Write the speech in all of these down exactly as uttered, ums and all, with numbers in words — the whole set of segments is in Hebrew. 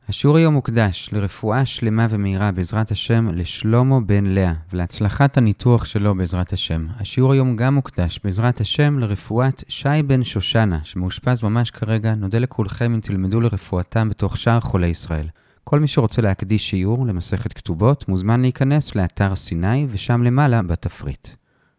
השיעור היום מוקדש לרפואה שלמה ומהירה בעזרת השם לשלמה בן לאה ולהצלחת הניתוח שלו בעזרת השם. השיעור היום גם מוקדש בעזרת השם לרפואת שי בן שושנה שמאושפז ממש כרגע. נודה לכולכם אם תלמדו לרפואתם בתוך שאר חולי ישראל. כל מי שרוצה להקדיש שיעור למסכת כתובות מוזמן להיכנס לאתר סיני ושם למעלה בתפריט.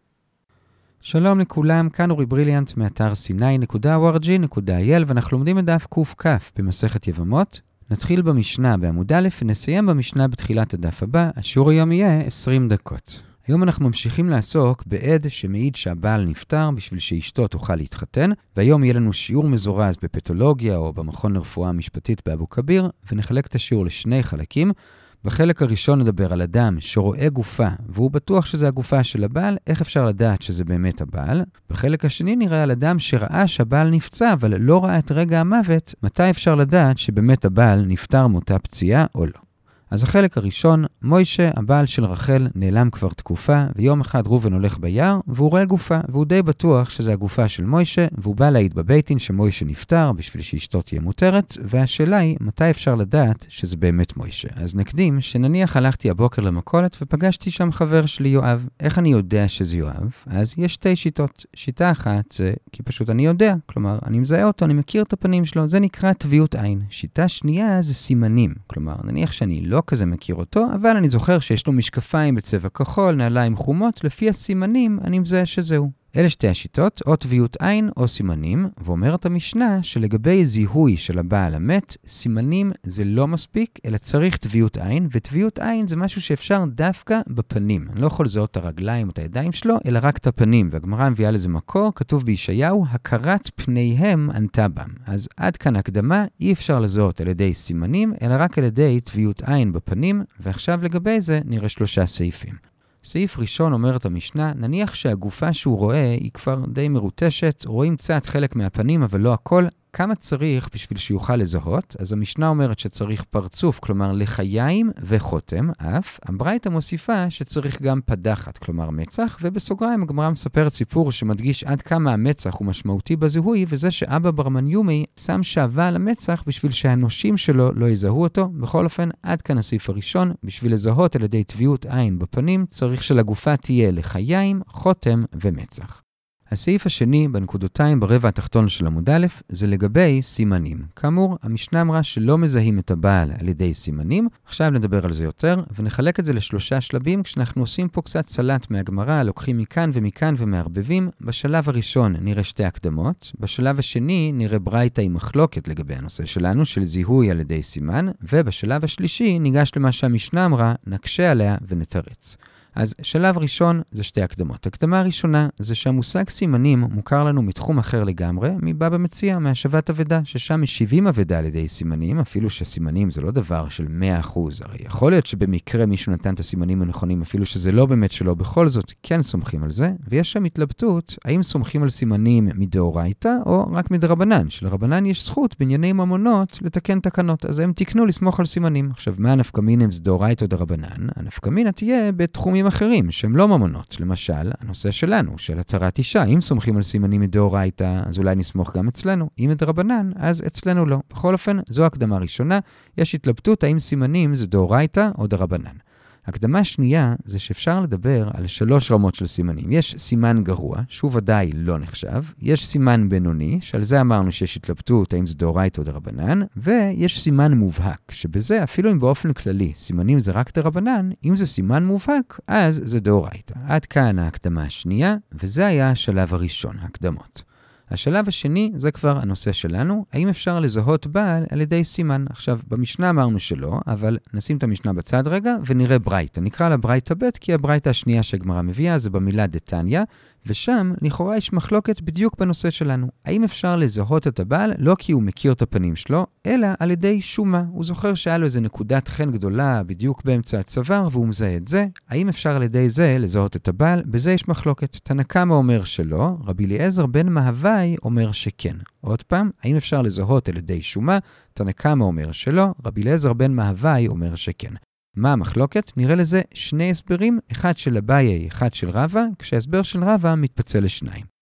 שלום לכולם, כאן אורי בריליאנט מאתר סיני נקודה או אר ג'י נקודה איי אל ואנחנו לומדים את דף ק"כ במסכת יבמות. נתחיל במשנה בעמוד א' ונסיים במשנה בתחילת הדף הבא. השיעור היום יהיה עשרים דקות. היום אנחנו ממשיכים לעסוק בעד שמעיד שהבעל נפטר בשביל שאשתו תוכל להתחתן, והיום יהיה לנו שיעור מזורז בפתולוגיה או במכון לרפואה משפטית באבו כביר, ונחלק את השיעור לשני חלקים. בחלק הראשון נדבר על אדם שרואה גופה, והוא בטוח שזה הגופה של הבעל, איך אפשר לדעת שזה באמת הבעל. בחלק השני נראה על אדם שראה שהבעל נפצע, אבל לא ראה את רגע המוות, מתי אפשר לדעת שבאמת הבעל נפטר מאותה פציעה או לא. אז החלק הראשון, מוישה, הבעל של רחל, נעלם כבר תקופה, ויום אחד ראובן הולך ביער, והוא רואה גופה, והוא די בטוח שזה הגופה של מוישה, והוא בא להעיד בביתין שמוישה נפטר בשביל שאשתו תהיה מותרת, והשאלה היא, מתי אפשר לדעת שזה באמת מוישה? אז נקדים שנניח הלכתי הבוקר למכולת ופגשתי שם חבר שלי יואב. איך אני יודע שזה יואב? אז יש שתי שיטות. שיטה אחת זה כי פשוט אני יודע, כלומר אני מזהה אותו, אני מכיר את הפנים שלו, זה נקרא טביעות עין. שיטה שנייה זה סימנים, כלומר נניח שאני לא כזה מכיר אותו, אבל אני זוכר שיש לו משקפיים בצבע כחול, נעליים חומות, לפי הסימנים אני מזהה שזהו. אלה שתי השיטות, או טביעות עין או סימנים, ואומרת המשנה שלגבי זיהוי של הבעל המת, סימנים זה לא מספיק, אלא צריך טביעות עין, וטביעות עין זה משהו שאפשר דווקא בפנים. אני לא יכול לזהות את הרגליים או את הידיים שלו, אלא רק את הפנים, והגמרא מביאה לזה מקור, כתוב בישעיהו, הכרת פניהם ענתה בם. אז עד כאן הקדמה, אי אפשר לזהות על ידי סימנים, אלא רק על ידי טביעות עין בפנים, ועכשיו לגבי זה נראה שלושה סעיפים. סעיף ראשון אומרת המשנה, נניח שהגופה שהוא רואה היא כבר די מרוטשת, רואים קצת חלק מהפנים אבל לא הכל, כמה צריך בשביל שיוכל לזהות? אז המשנה אומרת שצריך פרצוף, כלומר לחיים וחותם, אף. הברייתא מוסיפה שצריך גם פדחת, כלומר מצח, ובסוגריים הגמרא מספרת סיפור שמדגיש עד כמה המצח הוא משמעותי בזיהוי, וזה שאבא ברמניומי שם שעבה על המצח בשביל שהנושים שלו לא יזהו אותו. בכל אופן, עד כאן הסעיף הראשון, בשביל לזהות על ידי טביעות עין בפנים, צריך שלגופה תהיה לחיים, חותם ומצח. הסעיף השני בנקודותיים ברבע התחתון של עמוד א' זה לגבי סימנים. כאמור, המשנה אמרה שלא מזהים את הבעל על ידי סימנים. עכשיו נדבר על זה יותר ונחלק את זה לשלושה שלבים כשאנחנו עושים פה קצת סלט מהגמרא, לוקחים מכאן ומכאן ומערבבים. בשלב הראשון נראה שתי הקדמות, בשלב השני נראה ברייתא עם מחלוקת לגבי הנושא שלנו של זיהוי על ידי סימן, ובשלב השלישי ניגש למה שהמשנה אמרה, נקשה עליה ונתרץ. אז שלב ראשון זה שתי הקדמות. הקדמה הראשונה זה שהמושג סימנים מוכר לנו מתחום אחר לגמרי, מבא במציע, מהשבת אבדה, ששם משיבים אבדה על ידי סימנים, אפילו שסימנים זה לא דבר של מאה אחוז. הרי יכול להיות שבמקרה מישהו נתן את הסימנים הנכונים, אפילו שזה לא באמת שלו, בכל זאת כן סומכים על זה, ויש שם התלבטות, האם סומכים על סימנים מדאורייתא או רק מדרבנן. שלרבנן יש זכות בענייני ממונות לתקן תקנות, אז הם תקנו לסמוך על סימנים. עכשיו, מה הנפקמין אם זה דאורייתא או דרבנן? הנפקמינה תהיה בתחומים אחרים שהם לא ממונות. למשל, הנושא שלנו, של התרת אישה. אם סומכים על סימנים מדאורייתא, אז אולי נסמוך גם אצלנו. אם מדרבנן, אז אצלנו לא. בכל אופן, זו הקדמה ראשונה. יש התלבטות האם סימנים זה דאורייתא או דרבנן. הקדמה שנייה זה שאפשר לדבר על שלוש רמות של סימנים. יש סימן גרוע, שהוא ודאי לא נחשב. יש סימן בינוני, שעל זה אמרנו שיש התלבטות האם זה דאורייתא או דרבנן. ויש סימן מובהק, שבזה אפילו אם באופן כללי סימנים זה רק דרבנן, אם זה סימן מובהק, אז זה דאורייתא. עד כאן ההקדמה השנייה, וזה היה השלב הראשון, הקדמות. השלב השני זה כבר הנושא שלנו, האם אפשר לזהות בעל על ידי סימן. עכשיו, במשנה אמרנו שלא, אבל נשים את המשנה בצד רגע ונראה ברייתא. נקרא לה ברייתא ב' כי הברייתא השנייה שהגמרא מביאה זה במילה דתניא, ושם לכאורה יש מחלוקת בדיוק בנושא שלנו. האם אפשר לזהות את הבעל לא כי הוא מכיר את הפנים שלו, אלא על ידי שומה. הוא זוכר שהיה לו איזה נקודת חן גדולה בדיוק באמצע הצוואר והוא מזהה את זה. האם אפשר על ידי זה לזהות את הבעל? בזה יש מחלוקת. תנא קמא אומר שלא, רבי אליעזר בן מהווי אומר שכן. עוד פעם, האם אפשר לזהות על ידי שומה? תנא קמא אומר שלא, רבי אליעזר בן מהווי אומר שכן. מה המחלוקת? נראה לזה שני הסברים, אחד של אביי, אחד של רבא, כשההסבר של רבא מתפצל לשניים.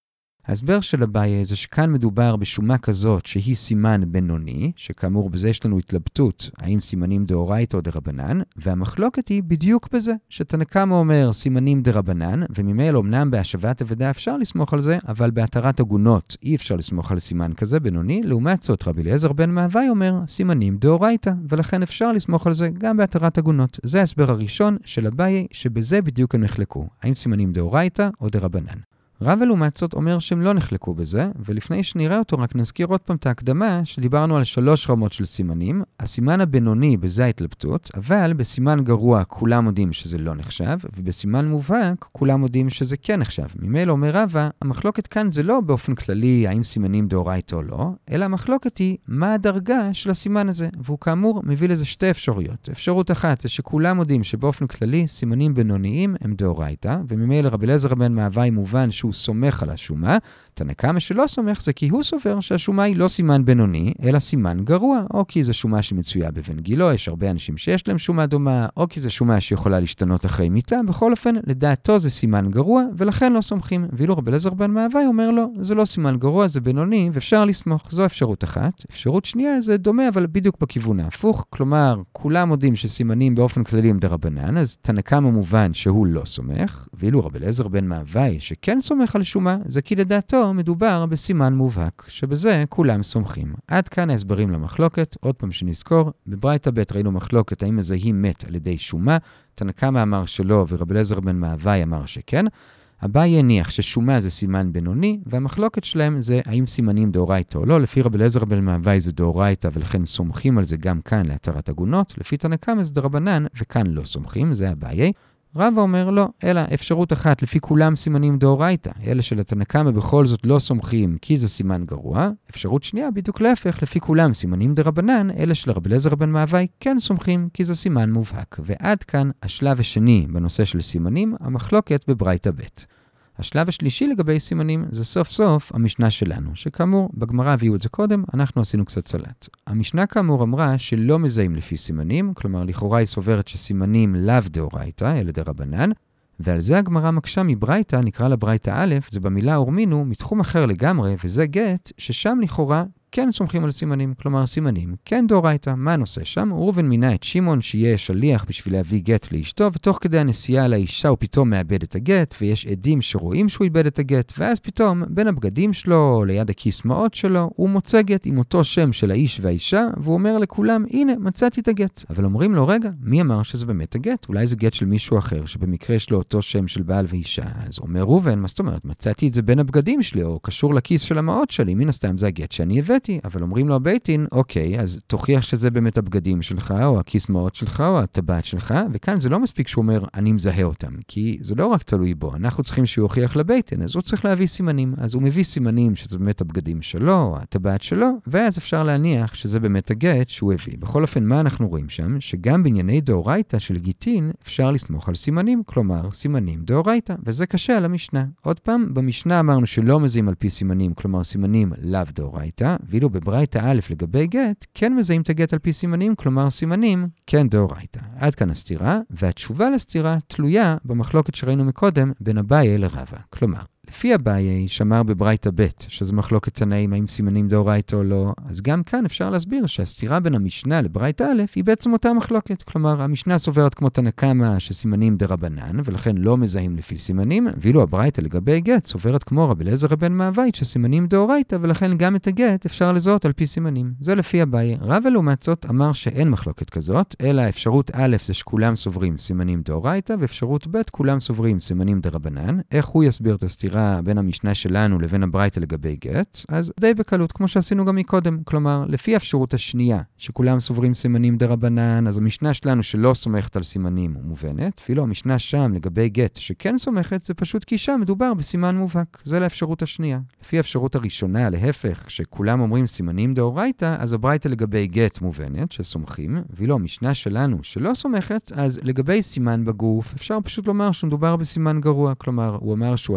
ההסבר של אביי זה שכאן מדובר בשומה כזאת שהיא סימן בינוני, שכאמור בזה יש לנו התלבטות, האם סימנים דאורייתא או דרבנן, והמחלוקת היא בדיוק בזה, שתנא קמא אומר סימנים דרבנן, וממילא אמנם בהשבת אבדה אפשר לסמוך על זה, אבל בהתרת עגונות אי אפשר לסמוך על סימן כזה בינוני, לעומת זאת רבי אליעזר בן מהווי אומר סימנים דאורייתא, ולכן אפשר לסמוך על זה גם בהתרת עגונות. זה ההסבר הראשון של אביי, שבזה בדיוק הם נחלקו, האם סימנים דאורייתא או דרבנן. רב לעומת זאת אומר שהם לא נחלקו בזה, ולפני שנראה אותו רק נזכיר עוד פעם את ההקדמה שדיברנו על שלוש רמות של סימנים. הסימן הבינוני בזה ההתלבטות, אבל בסימן גרוע כולם יודעים שזה לא נחשב, ובסימן מובהק כולם יודעים שזה כן נחשב. ממילא אומר רבא, המחלוקת כאן זה לא באופן כללי האם סימנים דאורייתא או לא, אלא המחלוקת היא מה הדרגה של הסימן הזה, והוא כאמור מביא לזה שתי אפשרויות. אפשרות אחת זה שכולם יודעים שבאופן כללי סימנים בינוניים הם דאורייתא, וממילא רבי אליעזר בן מהווי מובן שהוא סומך על השומה. תנא קמא שלא סומך זה כי הוא סובר שהשומה היא לא סימן בינוני, אלא סימן גרוע, או כי זו שומה שמצויה בבן גילו, יש הרבה אנשים שיש להם שומה דומה, או כי זו שומה שיכולה להשתנות אחרי מיתה, בכל אופן, לדעתו זה סימן גרוע, ולכן לא סומכים. ואילו רבי אליעזר בן מהווי אומר לו, זה לא סימן גרוע, זה בינוני, ואפשר לסמוך. זו אפשרות אחת. אפשרות שנייה זה דומה, אבל בדיוק בכיוון ההפוך, כלומר, כולם יודעים שסימנים באופן כללי הם דרבנן, אז תנא קמא מובן שהוא לא סומך, ואילו רבי אליעזר בן מהווי שכן סומך על שומה, זה כי לדעתו מדובר בסימן מובהק, שבזה כולם סומכים. עד כאן ההסברים למחלוקת. עוד פעם שנזכור, בברייתא ב' ראינו מחלוקת האם מזהים מת על ידי שומה, תנא קמא אמר שלא ורבי אליעזר בן מהווי אמר שכן. אביי הניח ששומה זה סימן בינוני, והמחלוקת שלהם זה האם סימנים דאורייתא או לא. לפי רבי אליעזר בן מהווי זה דאורייתא, ולכן סומכים על זה גם כאן להתרת עגונות. לפי תנא קמא זה דרבנן, וכאן לא סומכים, זה אביי. רבא אומר לא, אלא אפשרות אחת לפי כולם סימנים דאורייתא, אלה של תנא קמא בכל זאת לא סומכים כי זה סימן גרוע. אפשרות שנייה בדיוק להפך, לפי כולם סימנים דרבנן, אלה של רבי אליעזר בן מהווי כן סומכים כי זה סימן מובהק. ועד כאן השלב השני בנושא של סימנים, המחלוקת בברייתא ב'. השלב השלישי לגבי סימנים זה סוף סוף המשנה שלנו, שכאמור בגמרא הביאו את זה קודם, אנחנו עשינו קצת סלט. המשנה כאמור אמרה שלא מזהים לפי סימנים, כלומר לכאורה היא סוברת שסימנים לאו דאורייתא, אלה דרבנן, ועל זה הגמרא מקשה מברייתא, נקרא לה ברייתא א', זה במילה אורמינו מתחום אחר לגמרי, וזה גט, ששם לכאורה כן סומכים על סימנים, כלומר סימנים כן דאורייתא. מה הנושא שם? ראובן מינה את שמעון שיהיה שליח בשביל להביא גט לאשתו, ותוך כדי הנסיעה לאישה הוא פתאום מאבד את הגט, ויש עדים שרואים שהוא איבד את הגט, ואז פתאום בין הבגדים שלו, ליד הכיס מעות שלו, הוא מוצא גט עם אותו שם של האיש והאישה, והוא אומר לכולם, הנה, מצאתי את הגט. אבל אומרים לו, רגע, מי אמר שזה באמת הגט? אולי זה גט של מישהו אחר, שבמקרה יש לו אותו שם של בעל ואישה. אז אומר ראובן, מה זאת אומרת? מצאתי את זה בין הבגדים שלי, או קשור לכיס של המעות שלי. מן הסתם זה הגט שאני הבאתי. אבל אומרים לו הבייטין, אוקיי, אז תוכיח שזה באמת הבגדים שלך, או הכיס מעות שלך, או הטבעת שלך, וכאן זה לא מספיק שהוא אומר, אני מזהה אותם, כי זה לא רק תלוי בו, אנחנו צריכים שהוא יוכיח לבייטין, אז הוא צריך להביא סימנים, אז הוא מביא סימנים שזה באמת הבגדים שלו, או הטבעת שלו, ואז אפשר להניח שזה באמת הגט שהוא הביא. בכל אופן, מה אנחנו רואים שם? שגם בענייני דאורייתא של גיטין, אפשר לסמוך על סימנים, כלומר, סימנים דאורייתא, וזה קשה על המשנה. עוד פעם, במשנה אמרנו שלא מזהים על פי סימנים, כלומר, סימנים לאו דאורייתא, ואילו בברייתא א' לגבי גט, כן מזהים את הגט על פי סימנים, כלומר סימנים כן דאורייתא. עד כאן הסתירה, והתשובה לסתירה תלויה במחלוקת שראינו מקודם בין אביי לרבא. כלומר, לפי אביי שמר בברייתא ב', שזו מחלוקת תנאים האם סימנים דאורייתא או לא, אז גם כאן אפשר להסביר שהסתירה בין המשנה לברייתא א' היא בעצם אותה מחלוקת. כלומר, המשנה סוברת כמו תנא קמא שסימנים דרבנן, ולכן לא מזהים לפי סימנים, ואילו הברייתא לגבי גט סוברת כמו רבי אליעזר בן מהווי שסימנים דאורייתא, ולכן גם את הגט אפשר לזהות על פי סימנים. זה לפי אביי. רבא לעומת זאת אמר שאין מחלוקת כזאת, אלא אפשרות א' זה שכולם סוברים סימנים דאורייתא, ואפשרות ב' כולם סוברים סימנים דרבנן. איך הוא יסביר את הסתירה בין המשנה שלנו לבין הברייתא לגבי גט? אז די בקלות, כמו שעשינו גם מקודם. כלומר, לפי האפשרות השנייה, שכולם סוברים סימנים דרבנן, אז המשנה שלנו שלא סומכת על סימנים מובנת, אפילו המשנה שם לגבי גט שכן סומכת, זה פשוט כי שם מדובר בסימן מובהק. זה לאפשרות השנייה. לפי האפשרות הראשונה, להפך, שכולם אומרים סימנים דאורייתא, אז הברייתא לגבי גט מובנת, שסומכים, ואילו המשנה שלנו שלא סומכת, אז לגבי סימן בגוף, אפשר פשוט לומר שמדובר בסימן גרוע. כלומר, הוא אמר שהוא היה ארוך,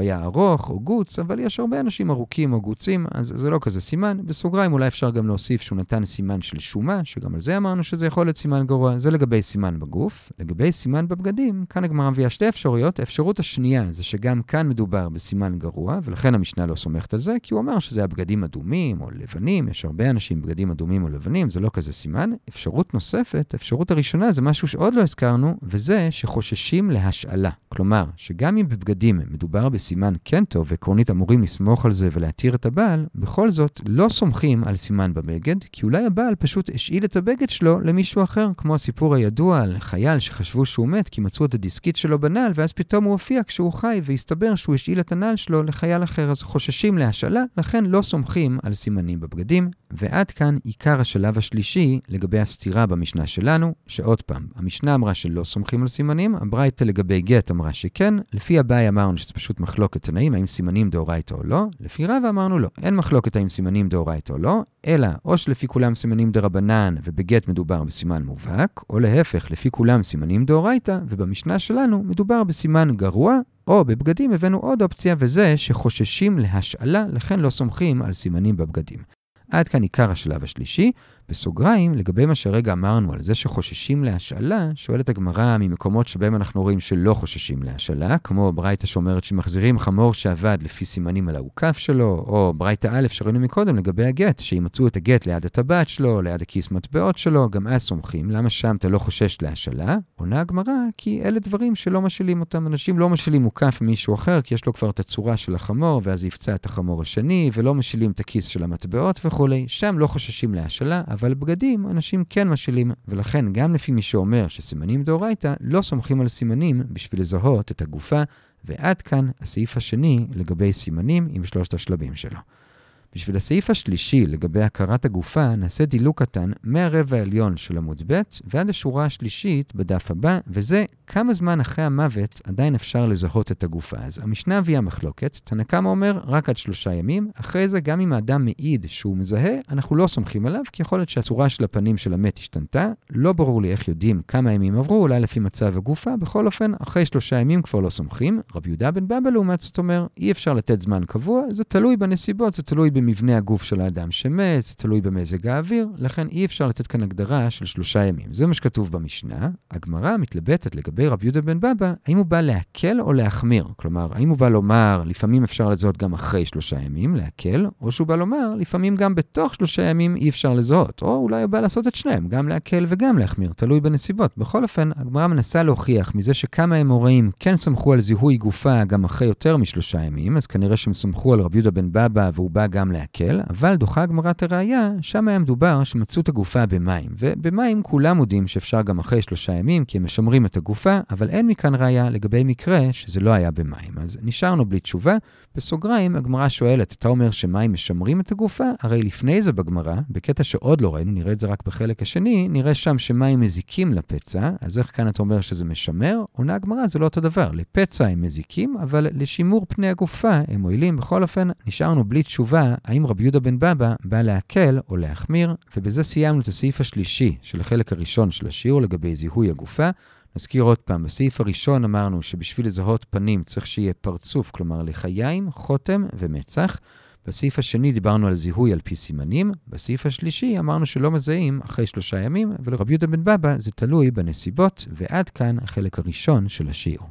ארוך או גוץ, אבל יש הרבה אנשים ארוכים או גוצים, אז זה לא כזה סימן. בסוגריים אולי אפשר גם להוסיף שהוא נתן סימן של שומה, שגם על זה אמרנו שזה יכול להיות סימן גרוע. זה לגבי סימן בגוף. לגבי סימן בבגדים, כאן הגמרא מביאה שתי אפשרויות. האפשרות השנייה זה שגם כאן מדובר בסימן גרוע, ולכן המשנה לא סומכת על זה, כי הוא אמר שזה הבגדים אדומים או לבנים. יש הרבה אנשים בגדים אדומים או לבנים, זה לא כזה סימן. אפשרות נוספת, האפשרות הראשונה זה משהו שעוד לא הזכרנו, וזה שחוששים להשאלה. כלומר, שגם אם בבגדים מדובר בסימן כן טוב, ועקרונית אמורים לסמוך על זה ולהתיר את הבעל, בכל זאת לא סומכים על סימן בבגד, כי אולי הבעל פשוט השאיל את הבגד שלו למישהו אחר, כמו הסיפור הידוע על חייל שחשבו שהוא מת, כי מצאו את הדיסקית שלו בנעל, ואז פתאום הוא הופיע כשהוא חי, והסתבר שהוא השאיל את הנעל שלו לחייל אחר, אז חוששים להשאלה, לכן לא סומכים על סימנים בבגדים. ועד כאן עיקר השלב השלישי לגבי הסתירה במשנה שלנו, שעוד פעם, המשנה אמרה שלא סומכים על סימנים, הברייתא לגבי גט אמרה שכן, לפי הבאי אמרנו שזה פשוט מחלוקת תנאים, האם סימנים דאורייתא או לא, לפי רבא אמרנו לא, אין מחלוקת האם סימנים דאורייתא או לא, אלא או שלפי כולם סימנים דרבנן ובגט מדובר בסימן מובהק, או להפך, לפי כולם סימנים דאורייתא, ובמשנה שלנו מדובר בסימן גרוע, או בבגדים הבאנו עוד אופציה, וזה שחוששים להשאלה, לכן לא סומכים על סימנים בבגדים. עד כאן עיקר השלב השלישי. בסוגריים, לגבי מה שרגע אמרנו על זה שחוששים להשאלה, שואלת הגמרא ממקומות שבהם אנחנו רואים שלא חוששים להשאלה, כמו ברייתא שאומרת שמחזירים חמור שעבד לפי סימנים על העוקף שלו, או ברייתא א' שראינו מקודם לגבי הגט, שימצאו את הגט ליד הטבעת שלו, ליד הכיס מטבעות שלו, גם אז סומכים. למה שם אתה לא חושש להשאלה? עונה הגמרא, כי אלה דברים שלא משלים אותם. אנשים לא משלים עוקף מישהו אחר, כי יש לו כבר את הצורה של החמור, ואז יפצע את החמור השני, ולא משלים את הכיס של המטבעות וכו'. שם לא חוששים להשאלה, אבל בגדים אנשים כן משלים, ולכן גם לפי מי שאומר שסימנים דאורייתא לא סומכים על סימנים בשביל לזהות את הגופה, ועד כאן הסעיף השני לגבי סימנים עם שלושת השלבים שלו. בשביל הסעיף השלישי לגבי הכרת הגופה נעשה דילוק קטן מהרבע העליון של עמוד ב' ועד השורה השלישית בדף הבא, וזה כמה זמן אחרי המוות עדיין אפשר לזהות את הגופה. אז המשנה הביאה מחלוקת, תנא קמא אומר רק עד שלושה ימים, אחרי זה גם אם האדם מעיד שהוא מזהה, אנחנו לא סומכים עליו, כי יכול להיות שהצורה של הפנים של המת השתנתה, לא ברור לי איך יודעים כמה ימים עברו, אולי לפי מצב הגופה, בכל אופן אחרי שלושה ימים כבר לא סומכים. רבי יהודה בן בבא לעומת זאת אומר, אי אפשר לתת זמן קבוע, זה תלוי בנסיבות, זה תלוי במבנה הגוף של האדם שמת, זה תלוי במזג האוויר, לכן אי אפשר לתת כאן הגדרה של שלושה ימים. זה מה שכתוב במשנה. הגמרא מתלבטת לגבי רבי יהודה בן בבא, האם הוא בא להקל או להחמיר? כלומר, האם הוא בא לומר, לפעמים אפשר לזהות גם אחרי שלושה ימים, להקל, או שהוא בא לומר, לפעמים גם בתוך שלושה ימים אי אפשר לזהות, או אולי הוא בא לעשות את שניהם, גם להקל וגם להחמיר, תלוי בנסיבות. בכל אופן, הגמרא מנסה להוכיח מזה שכמה אמוראים כן סמכו על זיהוי גופה גם אחרי יותר משלושה ימים, אז כנראה שהם סמכו על רבי יהודה בן בבא והוא בא גם להקל, אבל דוחה הגמרא את הראיה, שם היה מדובר שמצאו את הגופה במים, ובמים כולם יודעים שאפשר גם אחרי שלושה ימים, כי הם משמרים את הגופה, אבל אין מכאן ראיה לגבי מקרה שזה לא היה במים. אז נשארנו בלי תשובה. בסוגריים, הגמרא שואלת, אתה אומר שמים משמרים את הגופה? הרי לפני זה בגמרא, בקטע שעוד לא ראינו, נראה את זה רק בחלק השני, נראה שם שמים מזיקים לפצע, אז איך כאן אתה אומר שזה משמר? עונה הגמרא, זה לא אותו דבר. לפצע הם מזיקים, אבל לשימור פני הגופה הם מועילים. בכל אופן, נשארנו בלי תשובה, האם רבי יהודה בן בבא בא להקל או להחמיר, ובזה סיימנו את הסעיף השלישי של החלק הראשון של השיעור לגבי זיהוי הגופה. נזכיר עוד פעם, בסעיף הראשון אמרנו שבשביל לזהות פנים צריך שיהיה פרצוף, כלומר לחיים, חותם ומצח. בסעיף השני דיברנו על זיהוי על פי סימנים. בסעיף השלישי אמרנו שלא מזהים אחרי שלושה ימים, ולרבי יהודה בן בבא זה תלוי בנסיבות, ועד כאן החלק הראשון של השיעור.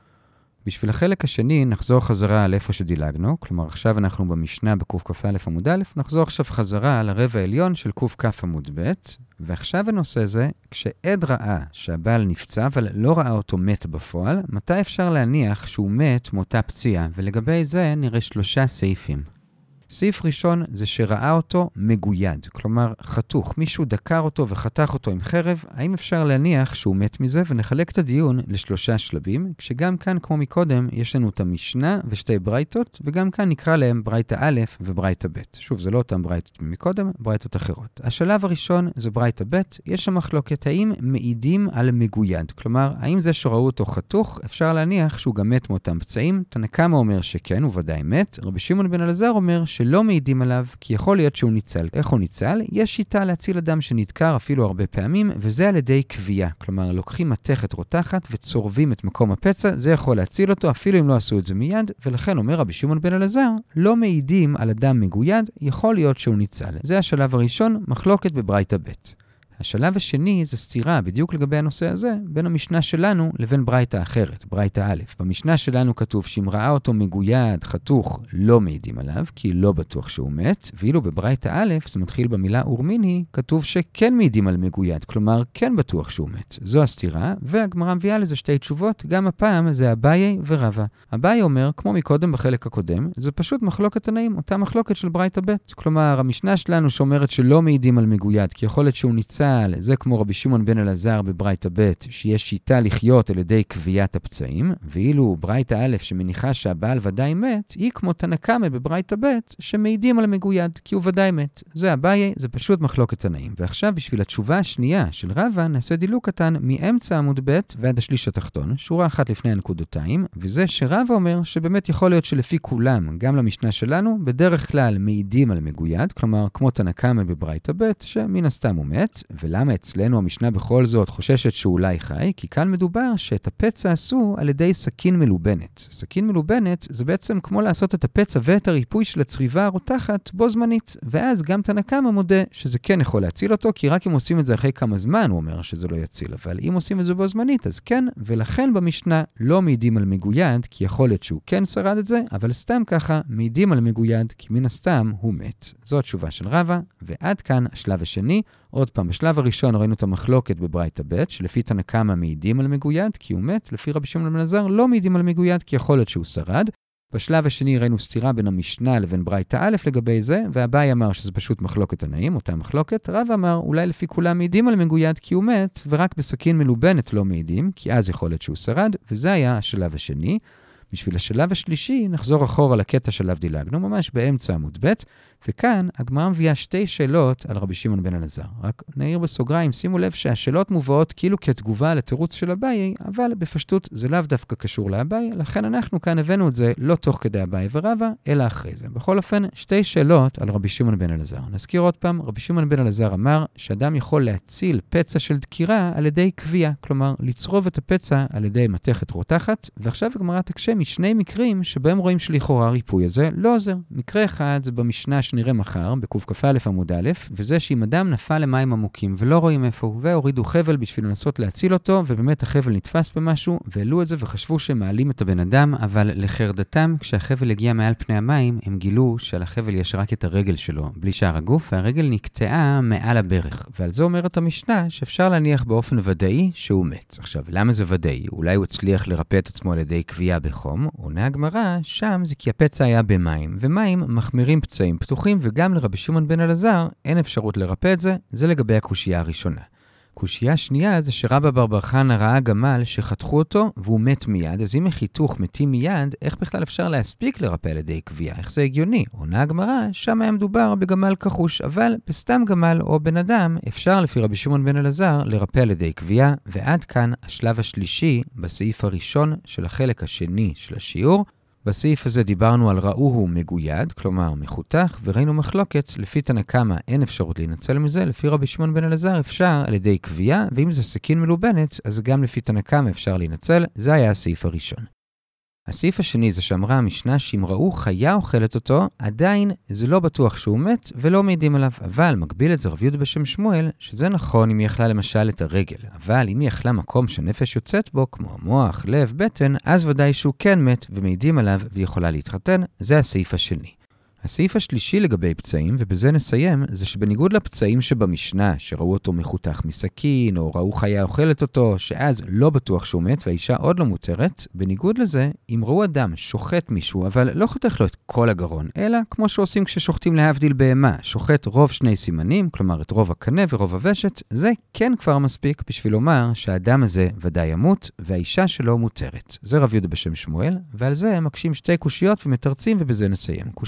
בשביל החלק השני נחזור חזרה על איפה שדילגנו, כלומר עכשיו אנחנו במשנה בקוף א' עמוד א', נחזור עכשיו חזרה על הרבע העליון של קוף כ' עמוד ב', ועכשיו הנושא זה, כשעד ראה שהבעל נפצע אבל לא ראה אותו מת בפועל, מתי אפשר להניח שהוא מת מאותה פציעה? ולגבי זה נראה שלושה סעיפים. סעיף ראשון זה שראה אותו מגויד, כלומר חתוך, מישהו דקר אותו וחתך אותו עם חרב, האם אפשר להניח שהוא מת מזה? ונחלק את הדיון לשלושה שלבים, כשגם כאן כמו מקודם יש לנו את המשנה ושתי ברייתות, וגם כאן נקרא להם ברייתא א' וברייתא ב'. שוב, זה לא אותם ברייתות מקודם, ברייתות אחרות. השלב הראשון זה ברייתא ב', יש שם מחלוקת האם מעידים על מגויד, כלומר האם זה שראו אותו חתוך, אפשר להניח שהוא גם מת מאותם פצעים. תנא קמא אומר שכן, הוא ודאי מת. רבי שמעון בן אלעזר אומר של שלא מעידים עליו, כי יכול להיות שהוא ניצל. איך הוא ניצל? יש שיטה להציל אדם שנדקר אפילו הרבה פעמים, וזה על ידי קביעה. כלומר, לוקחים מתכת רותחת וצורבים את מקום הפצע, זה יכול להציל אותו אפילו אם לא עשו את זה מיד, ולכן אומר רבי שמעון בן אלעזר, לא מעידים על אדם מגויד, יכול להיות שהוא ניצל. זה השלב הראשון, מחלוקת בברייתא ב'. השלב השני זה סתירה בדיוק לגבי הנושא הזה בין המשנה שלנו לבין ברייתא אחרת, ברייתא א'. במשנה שלנו כתוב שאם ראה אותו מגויד, חתוך, לא מעידים עליו, כי לא בטוח שהוא מת, ואילו בברייתא א', זה מתחיל במילה אורמיני, כתוב שכן מעידים על מגויד, כלומר כן בטוח שהוא מת. זו הסתירה, והגמרא מביאה לזה שתי תשובות, גם הפעם זה אביי ורבא. אביי אומר, כמו מקודם בחלק הקודם, זה פשוט מחלוקת תנאים, אותה מחלוקת של ברייתא ב'. כלומר, המשנה שלנו שאומרת שלא מעידים על מגויד, כי יכול להיות שהוא ניצל, זה כמו רבי שמעון בן אלעזר בברייתא ב', שיש שיטה לחיות על ידי קביעת הפצעים, ואילו ברייתא א' שמניחה שהבעל ודאי מת, היא כמו תנא קמא בברייתא ב' שמעידים על מגויד, כי הוא ודאי מת. זה אביי, זה פשוט מחלוקת תנאים. ועכשיו בשביל התשובה השנייה של רבא, נעשה דילוג קטן מאמצע עמוד ב' ועד השליש התחתון, שורה אחת לפני הנקודותיים, וזה שרבא אומר שבאמת יכול להיות שלפי כולם, גם למשנה שלנו, בדרך כלל מעידים על מגויד, כלומר כמו תנא קמא בברייתא ב' שמן הסתם הוא מת, ולמה אצלנו המשנה בכל זאת חוששת שאולי חי? כי כאן מדובר שאת הפצע עשו על ידי סכין מלובנת. סכין מלובנת זה בעצם כמו לעשות את הפצע ואת הריפוי של הצריבה הרותחת בו זמנית. ואז גם תנא קמא מודה שזה כן יכול להציל אותו, כי רק אם עושים את זה אחרי כמה זמן הוא אומר שזה לא יציל. אבל אם עושים את זה בו זמנית אז כן, ולכן במשנה לא מעידים על מגויד, כי יכול להיות שהוא כן שרד את זה, אבל סתם ככה מעידים על מגויד, כי מן הסתם הוא מת. זו התשובה של רבא, ועד כאן השלב השני. עוד פעם, בשלב הראשון ראינו את המחלוקת בברייתא ב', שלפי תנא קמא מעידים על מגויד, כי הוא מת, לפי רבי שמעון בן אלעזר לא מעידים על מגויד, כי יכול להיות שהוא שרד. בשלב השני ראינו סתירה בין המשנה לבין ברייתא א' לגבי זה, ואביי אמר שזה פשוט מחלוקת תנאים, אותה מחלוקת. רבא אמר, אולי לפי כולם מעידים על מגויד כי הוא מת, ורק בסכין מלובנת לא מעידים, כי אז יכול להיות שהוא שרד, וזה היה השלב השני. בשביל השלב השלישי נחזור אחורה לקטע שלב דילגנו, ממש באמצע עמוד ב', וכאן הגמרא מביאה שתי שאלות על רבי שמעון בן אלעזר. רק נעיר בסוגריים, שימו לב שהשאלות מובאות כאילו כתגובה לתירוץ של אביי, אבל בפשטות זה לאו דווקא קשור לאביי, לכן אנחנו כאן הבאנו את זה לא תוך כדי אביי ורבא, אלא אחרי זה. בכל אופן, שתי שאלות על רבי שמעון בן אלעזר. נזכיר עוד פעם, רבי שמעון בן אלעזר אמר שאדם יכול להציל פצע של דקירה על ידי קביעה, כלומר לצרוב את הפצע על ידי מתכת רותחת, ועכשיו הגמרא תקשה משני מקרים שבהם רואים שלכאורה הריפוי הזה לא עוזר. מקרה אחד זה במשנה שנראה מחר, בקכ"א עמוד א', וזה שאם אדם נפל למים עמוקים ולא רואים איפה הוא, והורידו חבל בשביל לנסות להציל אותו, ובאמת החבל נתפס במשהו, והעלו את זה וחשבו שהם מעלים את הבן אדם, אבל לחרדתם, כשהחבל הגיע מעל פני המים, הם גילו שעל החבל יש רק את הרגל שלו, בלי שאר הגוף, והרגל נקטעה מעל הברך. ועל זה אומרת המשנה שאפשר להניח באופן ודאי שהוא מת. עכשיו, למה זה ודאי? אולי הוא הצליח לרפא את עצמו על ידי קביעה בחום, עונה הגמרא, שם זה כי הפצע היה במים, ומים מחמירים פצעים פתוחים, וגם לרבי שמעון בן אלעזר אין אפשרות לרפא את זה, זה לגבי הקושייה הראשונה. קושייה שנייה זה שרבא בר בר חנא ראה גמל שחתכו אותו והוא מת מיד, אז אם החיתוך מתים מיד, איך בכלל אפשר להספיק לרפא על ידי קביעה? איך זה הגיוני? עונה הגמרא, שם היה מדובר בגמל כחוש, אבל בסתם גמל או בן אדם אפשר לפי רבי שמעון בן אלעזר לרפא על ידי קביעה, ועד כאן השלב השלישי בסעיף הראשון של החלק השני של השיעור. בסעיף הזה דיברנו על ראוהו מגויד, כלומר מחותך, וראינו מחלוקת, לפי תנא קמא אין אפשרות להינצל מזה, לפי רבי שמעון בן אלעזר אפשר על ידי קביעה, ואם זה סכין מלובנת, אז גם לפי תנא קמא אפשר להינצל, זה היה הסעיף הראשון. הסעיף השני זה שאמרה המשנה שאם ראו חיה אוכלת אותו, עדיין זה לא בטוח שהוא מת ולא מעידים עליו, אבל מקביל את זה רב יהודה בשם שמואל, שזה נכון אם היא אכלה למשל את הרגל, אבל אם היא אכלה מקום שנפש יוצאת בו, כמו המוח, לב, בטן, אז ודאי שהוא כן מת ומעידים עליו ויכולה להתחתן, זה הסעיף השני. הסעיף השלישי לגבי פצעים, ובזה נסיים, זה שבניגוד לפצעים שבמשנה, שראו אותו מחותך מסכין, או ראו חיה אוכלת אותו, שאז לא בטוח שהוא מת והאישה עוד לא מותרת, בניגוד לזה, אם ראו אדם שוחט מישהו, אבל לא חותך לו את כל הגרון, אלא כמו שעושים כששוחטים להבדיל בהמה, שוחט רוב שני סימנים, כלומר את רוב הקנה ורוב הוושת, זה כן כבר מספיק בשביל לומר שהאדם הזה ודאי ימות, והאישה שלו מותרת. זה רב יהודה בשם שמואל, ועל זה מקשים שתי קושיות ומתרצים ובזה נסיים. קושייה ראשונה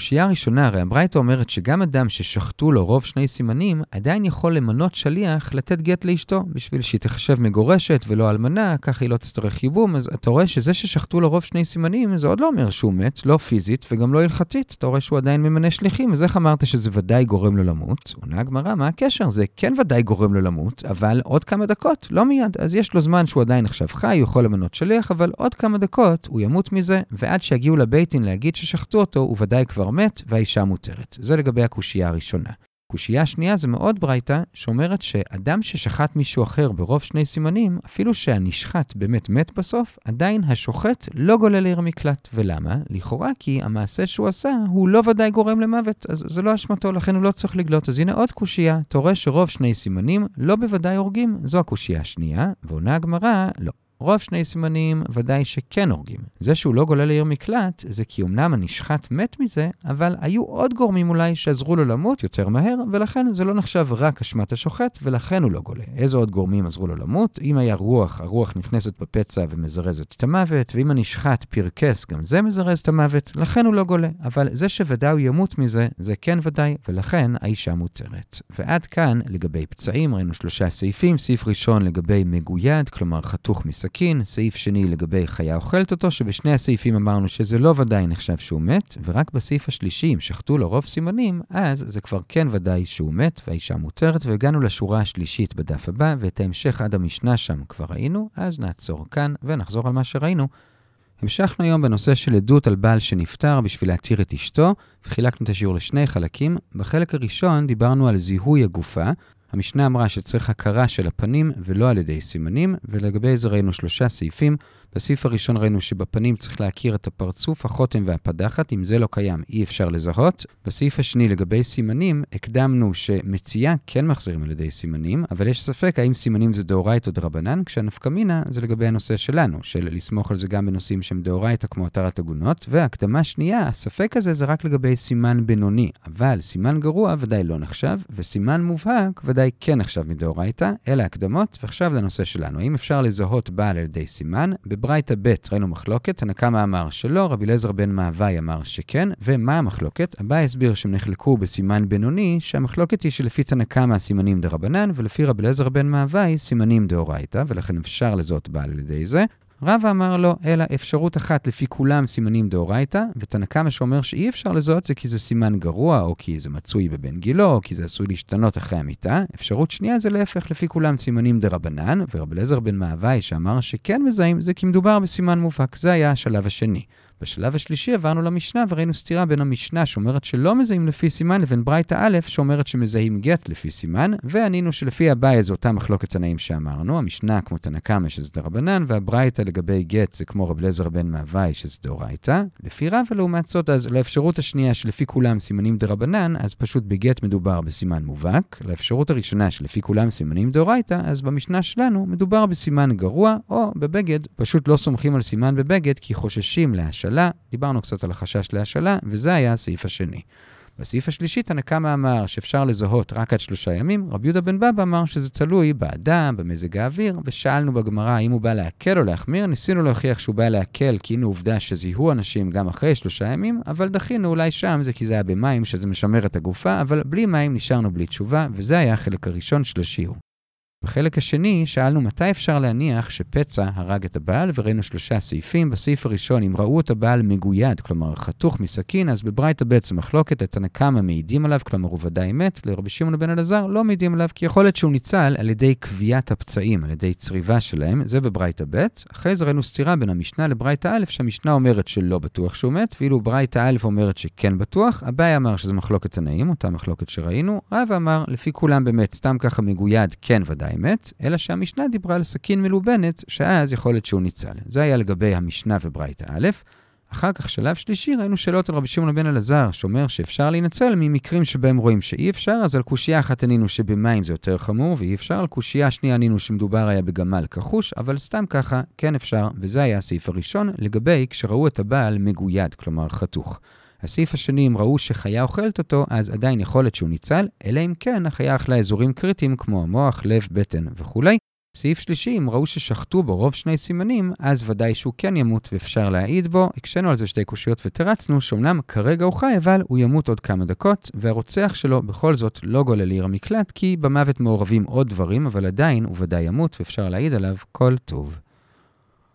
ראשונה, הרי הברייתא אומרת שגם אדם ששחטו לו רוב שני סימנים, עדיין יכול למנות שליח לתת גט לאשתו, בשביל שהיא תחשב מגורשת ולא אלמנה, כך היא לא תצטרך ייבום. אז אתה רואה שזה ששחטו לו רוב שני סימנים, זה עוד לא אומר שהוא מת, לא פיזית וגם לא הלכתית. אתה רואה שהוא עדיין ממנה שליחים, אז איך אמרת שזה ודאי גורם לו למות? עונה הגמרא, מה הקשר? זה כן ודאי גורם לו למות, אבל עוד כמה דקות, לא מיד. אז יש לו זמן שהוא עדיין עכשיו חי, הוא יכול למנות שליח, אבל עוד כמה דקות הוא ימות מזה, ועד שיגיעו לבייטין להגיד ששחטו אותו, הוא ודאי כבר מת והאישה מותרת. זה לגבי הקושייה הראשונה. קושייה השנייה זה מאוד ברייתא, שאומרת שאדם ששחט מישהו אחר ברוב שני סימנים, אפילו שהנשחט באמת מת בסוף, עדיין השוחט לא גולל לעיר מקלט. ולמה? לכאורה כי המעשה שהוא עשה הוא לא ודאי גורם למוות, אז זה לא אשמתו, לכן הוא לא צריך לגלות. אז הנה עוד קושייה, אתה רואה שרוב שני סימנים לא בוודאי הורגים, זו הקושייה השנייה, ועונה הגמרא, לא. רוב שני סימנים ודאי שכן הורגים. זה שהוא לא גולל לעיר מקלט, זה כי אמנם הנשחט מת מזה, אבל היו עוד גורמים אולי שעזרו לו למות יותר מהר, ולכן זה לא נחשב רק אשמת השוחט, ולכן הוא לא גולה. איזה עוד גורמים עזרו לו למות? אם היה רוח, הרוח נכנסת בפצע ומזרזת את המוות, ואם הנשחט פרקס, גם זה מזרז את המוות, לכן הוא לא גולה. אבל זה שוודאי הוא ימות מזה, זה כן ודאי, ולכן האישה מותרת. ועד כאן, לגבי פצעים, ראינו שלושה סעיפים. סעיף ראשון לגבי מגויד, כלומר חתוך מסכין. סעיף שני לגבי חיה אוכלת אותו, שבשני הסעיפים אמרנו שזה לא ודאי נחשב שהוא מת, ורק בסעיף השלישי, אם שחטו לו רוב סימנים, אז זה כבר כן ודאי שהוא מת, והאישה מותרת, והגענו לשורה השלישית בדף הבא, ואת ההמשך עד המשנה שם כבר ראינו, אז נעצור כאן ונחזור על מה שראינו. המשכנו היום בנושא של עדות על בעל שנפטר בשביל להתיר את אשתו, וחילקנו את השיעור לשני חלקים. בחלק הראשון דיברנו על זיהוי הגופה, המשנה אמרה שצריך הכרה של הפנים ולא על ידי סימנים, ולגבי זה ראינו שלושה סעיפים. בסעיף הראשון ראינו שבפנים צריך להכיר את הפרצוף, החותם והפדחת, אם זה לא קיים אי אפשר לזהות. בסעיף השני לגבי סימנים, הקדמנו שמציאה כן מחזירים על ידי סימנים, אבל יש ספק האם סימנים זה דאורייתא או דרבנן, כשהנפקא מינה זה לגבי הנושא שלנו, של לסמוך על זה גם בנושאים שהם דאורייתא כמו התרת עגונות, והקדמה שנייה, הספק הזה זה רק לגבי סימן בינוני, אבל סימן גרוע ודאי לא נחשב, וסימן מובהק ודאי כן נחשב מדאורייתא. אלה הקדמות, ועכשיו לנושא שלנו, האם אפשר לזהות בעל על ידי סימן? בברייתא ב' ראינו מחלוקת, תנא קמא אמר שלא, רבי אליעזר בן מהווי אמר שכן. ומה המחלוקת? אביי הסביר שהם נחלקו בסימן בינוני, שהמחלוקת היא שלפי תנא קמא הסימנים דרבנן, ולפי רבי אליעזר בן מהווי סימנים דאורייתא, ולכן אפשר לזהות בעל על ידי זה. רבא אמר לו, אלא אפשרות אחת לפי כולם סימנים דאורייתא, ותנא קמא שאומר שאי אפשר לזהות זה כי זה סימן גרוע, או כי זה מצוי בבן גילו, או כי זה עשוי להשתנות אחרי המיטה. אפשרות שנייה זה להפך, לפי כולם סימנים דרבנן, ורבי אליעזר בן מהווי שאמר שכן מזהים זה כי מדובר בסימן מובהק. זה היה השלב השני. בשלב השלישי עברנו למשנה וראינו סתירה בין המשנה שאומרת שלא מזהים לפי סימן לבין ברייתא א' שאומרת שמזהים גט לפי סימן, וענינו שלפי אביי זה אותה מחלוקת תנאים שאמרנו, המשנה כמו תנא קמא שזה דרבנן, והברייתא לגבי גט זה כמו רבי אליעזר בן מהווי שזה דאורייתא. לפי רבא לעומת זאת, אז לאפשרות השנייה שלפי כולם סימנים דרבנן, אז פשוט בגט מדובר בסימן מובהק. לאפשרות הראשונה שלפי כולם סימנים דאורייתא, אז במשנה שלנו מדובר בסימן גרוע, או בבגד פשוט לא סומכים על סימן בבגד כי חוששים להשאלה. דיברנו קצת על החשש להשאלה, וזה היה הסעיף השני. בסעיף השלישי תנא קמא אמר שאפשר לזהות רק עד שלושה ימים, רבי יהודה בן בבא אמר שזה תלוי באדם, במזג האוויר, ושאלנו בגמרא האם הוא בא להקל או להחמיר. ניסינו להוכיח שהוא בא להקל כי הנה עובדה שזיהו אנשים גם אחרי שלושה ימים, אבל דחינו אולי שם זה כי זה היה במים שזה משמר את הגופה, אבל בלי מים נשארנו בלי תשובה, וזה היה החלק הראשון של השיעור. בחלק השני שאלנו מתי אפשר להניח שפצע הרג את הבעל, וראינו שלושה סעיפים. בסעיף הראשון, אם ראו את הבעל מגויד, כלומר חתוך מסכין, אז בברייתא בעצם מחלוקת, לתנא קמא מעידים עליו, כלומר הוא ודאי מת. לרבי שמעון בן אלעזר לא מעידים עליו, כי יכול להיות שהוא ניצל על ידי קביעת הפצעים, על ידי צריבה שלהם, זה בברייתא ב'. אחרי זה ראינו סתירה בין המשנה לברייתא א', שהמשנה אומרת שלא בטוח שהוא מת, ואילו ברייתא א' אומרת שכן בטוח. אביי אמר שזה מחלוקת תנאים, אותה מחלוקת שראינו. רבא אמר לפי כולם באמת סתם ככה מגויד כן ודאי מת, אלא שהמשנה דיברה על סכין מלובנת, שאז יכול להיות שהוא ניצל. זה היה לגבי המשנה וברייתא א'. אחר כך שלב שלישי ראינו שאלות על רבי שמעון בן אלעזר, שאומר שאפשר להינצל ממקרים שבהם רואים שאי אפשר. אז על קושייה אחת ענינו שבמים זה יותר חמור ואי אפשר, על קושייה שנייה ענינו שמדובר היה בגמל כחוש, אבל סתם ככה כן אפשר, וזה היה הסעיף הראשון לגבי כשראו את הבעל מגויד, כלומר חתוך. הסעיף השני, אם ראו שחיה אוכלת אותו, אז עדיין יכול להיות שהוא ניצל, אלא אם כן החיה אכלה אזורים קריטיים כמו המוח, לב, בטן וכו'. סעיף שלישי, אם ראו ששחטו בו רוב שני סימנים, אז ודאי שהוא כן ימות ואפשר להעיד בו. הקשנו על זה שתי קושיות ותרצנו, שאומנם כרגע הוא חי, אבל הוא ימות עוד כמה דקות, והרוצח שלו בכל זאת לא גולל לעיר המקלט, כי במוות מעורבים עוד דברים, אבל עדיין הוא ודאי ימות ואפשר להעיד עליו כל טוב.